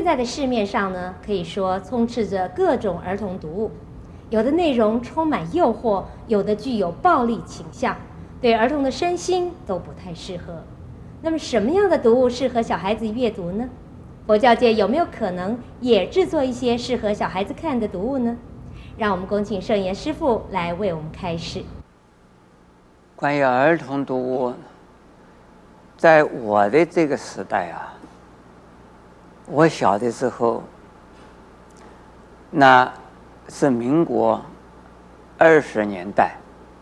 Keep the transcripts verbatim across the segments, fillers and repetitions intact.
现在的市面上呢，可以说充斥着各种儿童读物，有的内容充满诱惑，有的具有暴力倾向，对儿童的身心都不太适合。那么什么样的读物适合小孩子阅读呢？佛教界有没有可能也制作一些适合小孩子看的读物呢？让我们恭请圣严师父来为我们开示。 关于儿童读物，在我的这个时代啊，我小的时候，那是民国二十年代，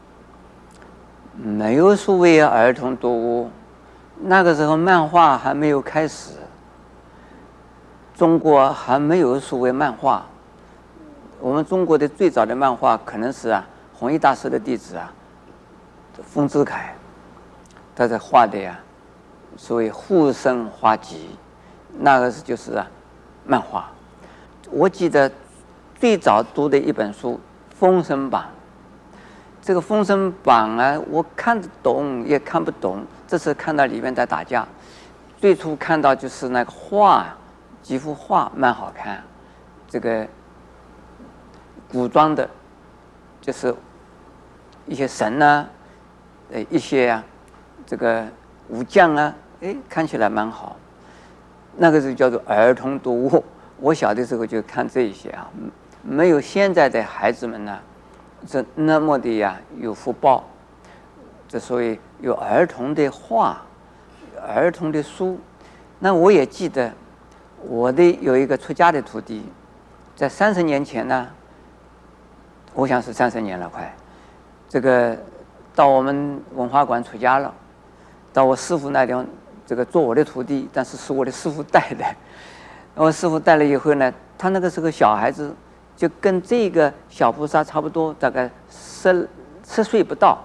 没有所谓的儿童读物，那个时候漫画还没有开始，中国还没有所谓漫画。我们中国的最早的漫画可能是啊，弘一大师的弟子啊，丰子恺，他在画的呀，所谓护生画集，那个是就是啊，漫画。我记得最早读的一本书《封神榜》，这个《封神榜》啊，我看得懂也看不懂，这次看到里面在打架，最初看到就是那个画，几幅画蛮好看，这个古装的，就是一些神啊，呃，一些啊，这个武将啊，哎，看起来蛮好。那个是叫做儿童读物。我小的时候就看这些啊，没有现在的孩子们呢，这那么的呀有福报。这所以有儿童的画，儿童的书。那我也记得，我的有一个出家的徒弟，在三十年前呢。我想是三十年了，快，这个到我们文化馆出家了，到我师父那地方，这个做我的徒弟，但是是我的师父带的。我师父带了以后呢，他那个时候小孩子，就跟这个小菩萨差不多，大概十十岁不到。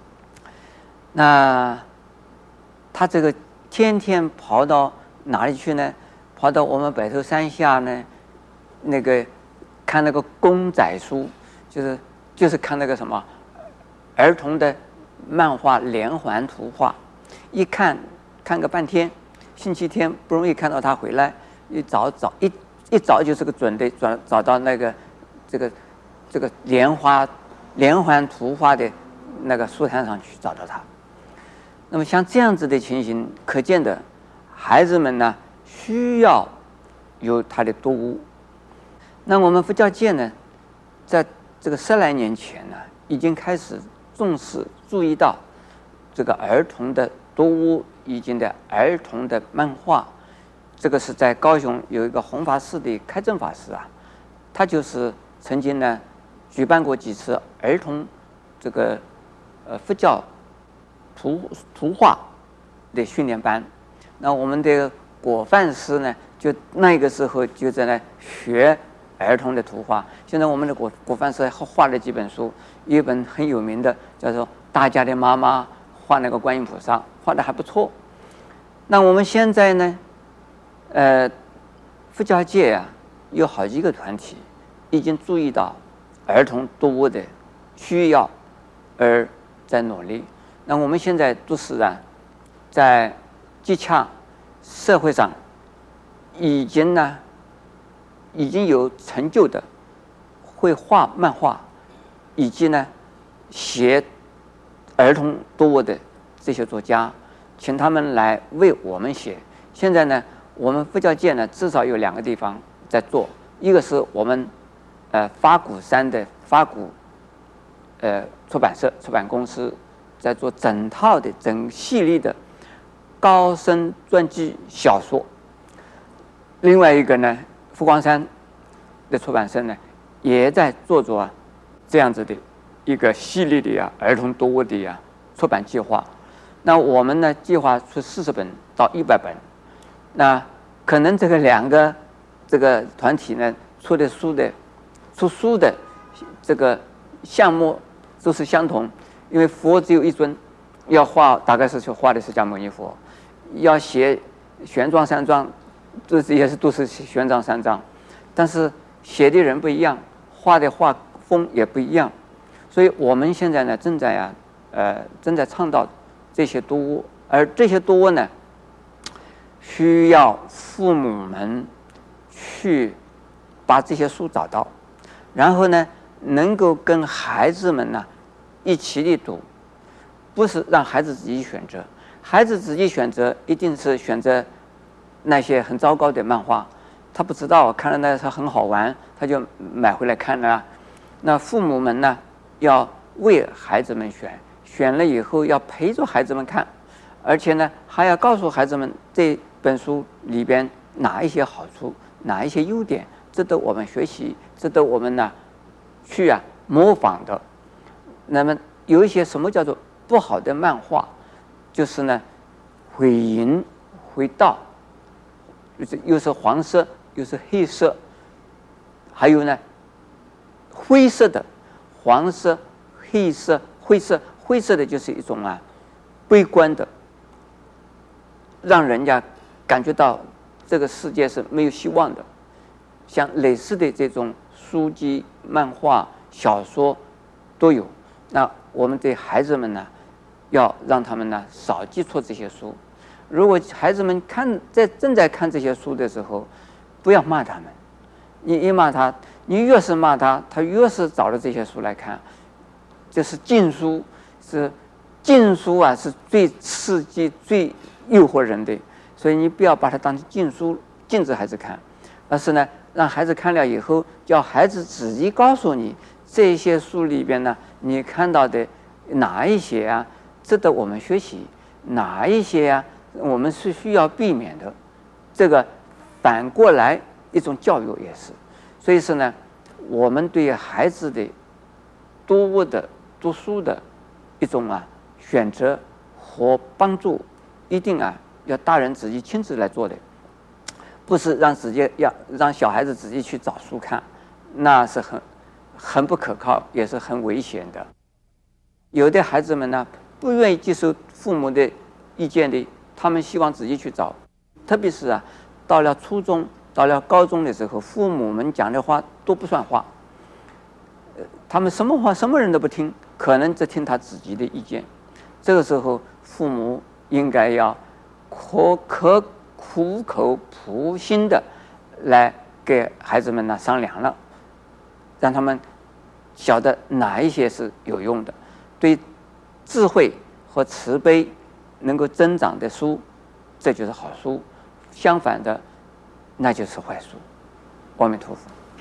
那他这个天天跑到哪里去呢？跑到我们北头山下呢，那个看那个公仔书。就是就是看那个什么儿童的漫画连环图画，一看看个半天，星期天不容易看到他回来，一找找一一找就是个准的，找找到那个这个这个连花连环图画的那个书摊上去找到他。那么像这样子的情形，可见的孩子们呢需要有他的读物。那我们佛教界呢，在这个十来年前呢，已经开始重视、注意到这个儿童的读物以及的儿童的漫画。这个是在高雄有一个弘法寺的开正法师啊，他就是曾经呢举办过几次儿童这个呃佛教图图画的训练班。那我们的果范师呢，就那个时候就在那学儿童的图画。现在我们的果果范师画了几本书，一本很有名的叫做《大家的妈妈》，画那个观音菩萨，画的还不错。那我们现在呢，呃，佛教界啊，有好几个团体已经注意到儿童读物的需要，而在努力。那我们现在都是啊，在接洽社会上已经呢。已经有成就的会画漫画，以及呢写儿童读物的这些作家，请他们来为我们写。现在呢，我们佛教界呢至少有两个地方在做，一个是我们呃法鼓山的法鼓呃出版社出版公司在做整套的整系列的高僧传记小说，另外一个呢。佛光山的出版社呢，也在做着这样子的一个系列的呀儿童读物的呀出版计划。那我们呢，计划出四十本到一百本。那可能这个两个这个团体呢出的书的出书的这个项目都是相同，因为佛只有一尊，要画大概是去画的释迦牟尼佛，要写玄奘三藏。这也是都是玄奘三藏，但是写的人不一样，画的画风也不一样，所以我们现在呢正在呀、啊，呃，正在倡导这些读物，而这些读物呢，需要父母们去把这些书找到，然后呢，能够跟孩子们呢一起的读，不是让孩子自己选择。孩子自己选择一定是选择那些很糟糕的漫画，他不知道，看了那他很好玩，他就买回来看了。那父母们呢，要为孩子们选，选了以后要陪着孩子们看，而且呢，还要告诉孩子们这本书里边哪一些好处，哪一些优点，值得我们学习，值得我们呢去啊模仿的。那么有一些什么叫做不好的漫画，就是呢毁淫毁道，就是又是黄色又是黑色，还有呢灰色的，黄色黑色灰色，灰色的就是一种啊悲观的，让人家感觉到这个世界是没有希望的。像类似的这种书籍、漫画、小说都有。那我们对孩子们呢，要让他们呢少接触这些书。如果孩子们看在正在看这些书的时候，不要骂他们。你一骂他，你越是骂他，他越是找了这些书来看。这是禁书，是禁书啊，是最刺激、最诱惑人的。所以你不要把它当成禁书，禁止孩子看，而是呢，让孩子看了以后，叫孩子自己告诉你，这些书里边呢，你看到的哪一些啊，值得我们学习，哪一些啊，我们是需要避免的。这个反过来一种教育也是。所以说呢，我们对孩子的读物的读书的一种啊选择和帮助，一定啊要大人自己亲自来做的，不是让直接要让小孩子自己去找书看，那是很很不可靠，也是很危险的。有的孩子们呢不愿意接受父母的意见的，他们希望自己去找，特别是啊到了初中到了高中的时候，父母们讲的话都不算话，呃，他们什么话什么人都不听，可能只听他自己的意见。这个时候父母应该要可可苦口婆心的来给孩子们呢商量了，让他们晓得哪一些是有用的，对智慧和慈悲能够增长的书，这就是好书；相反的，那就是坏书。阿弥陀佛。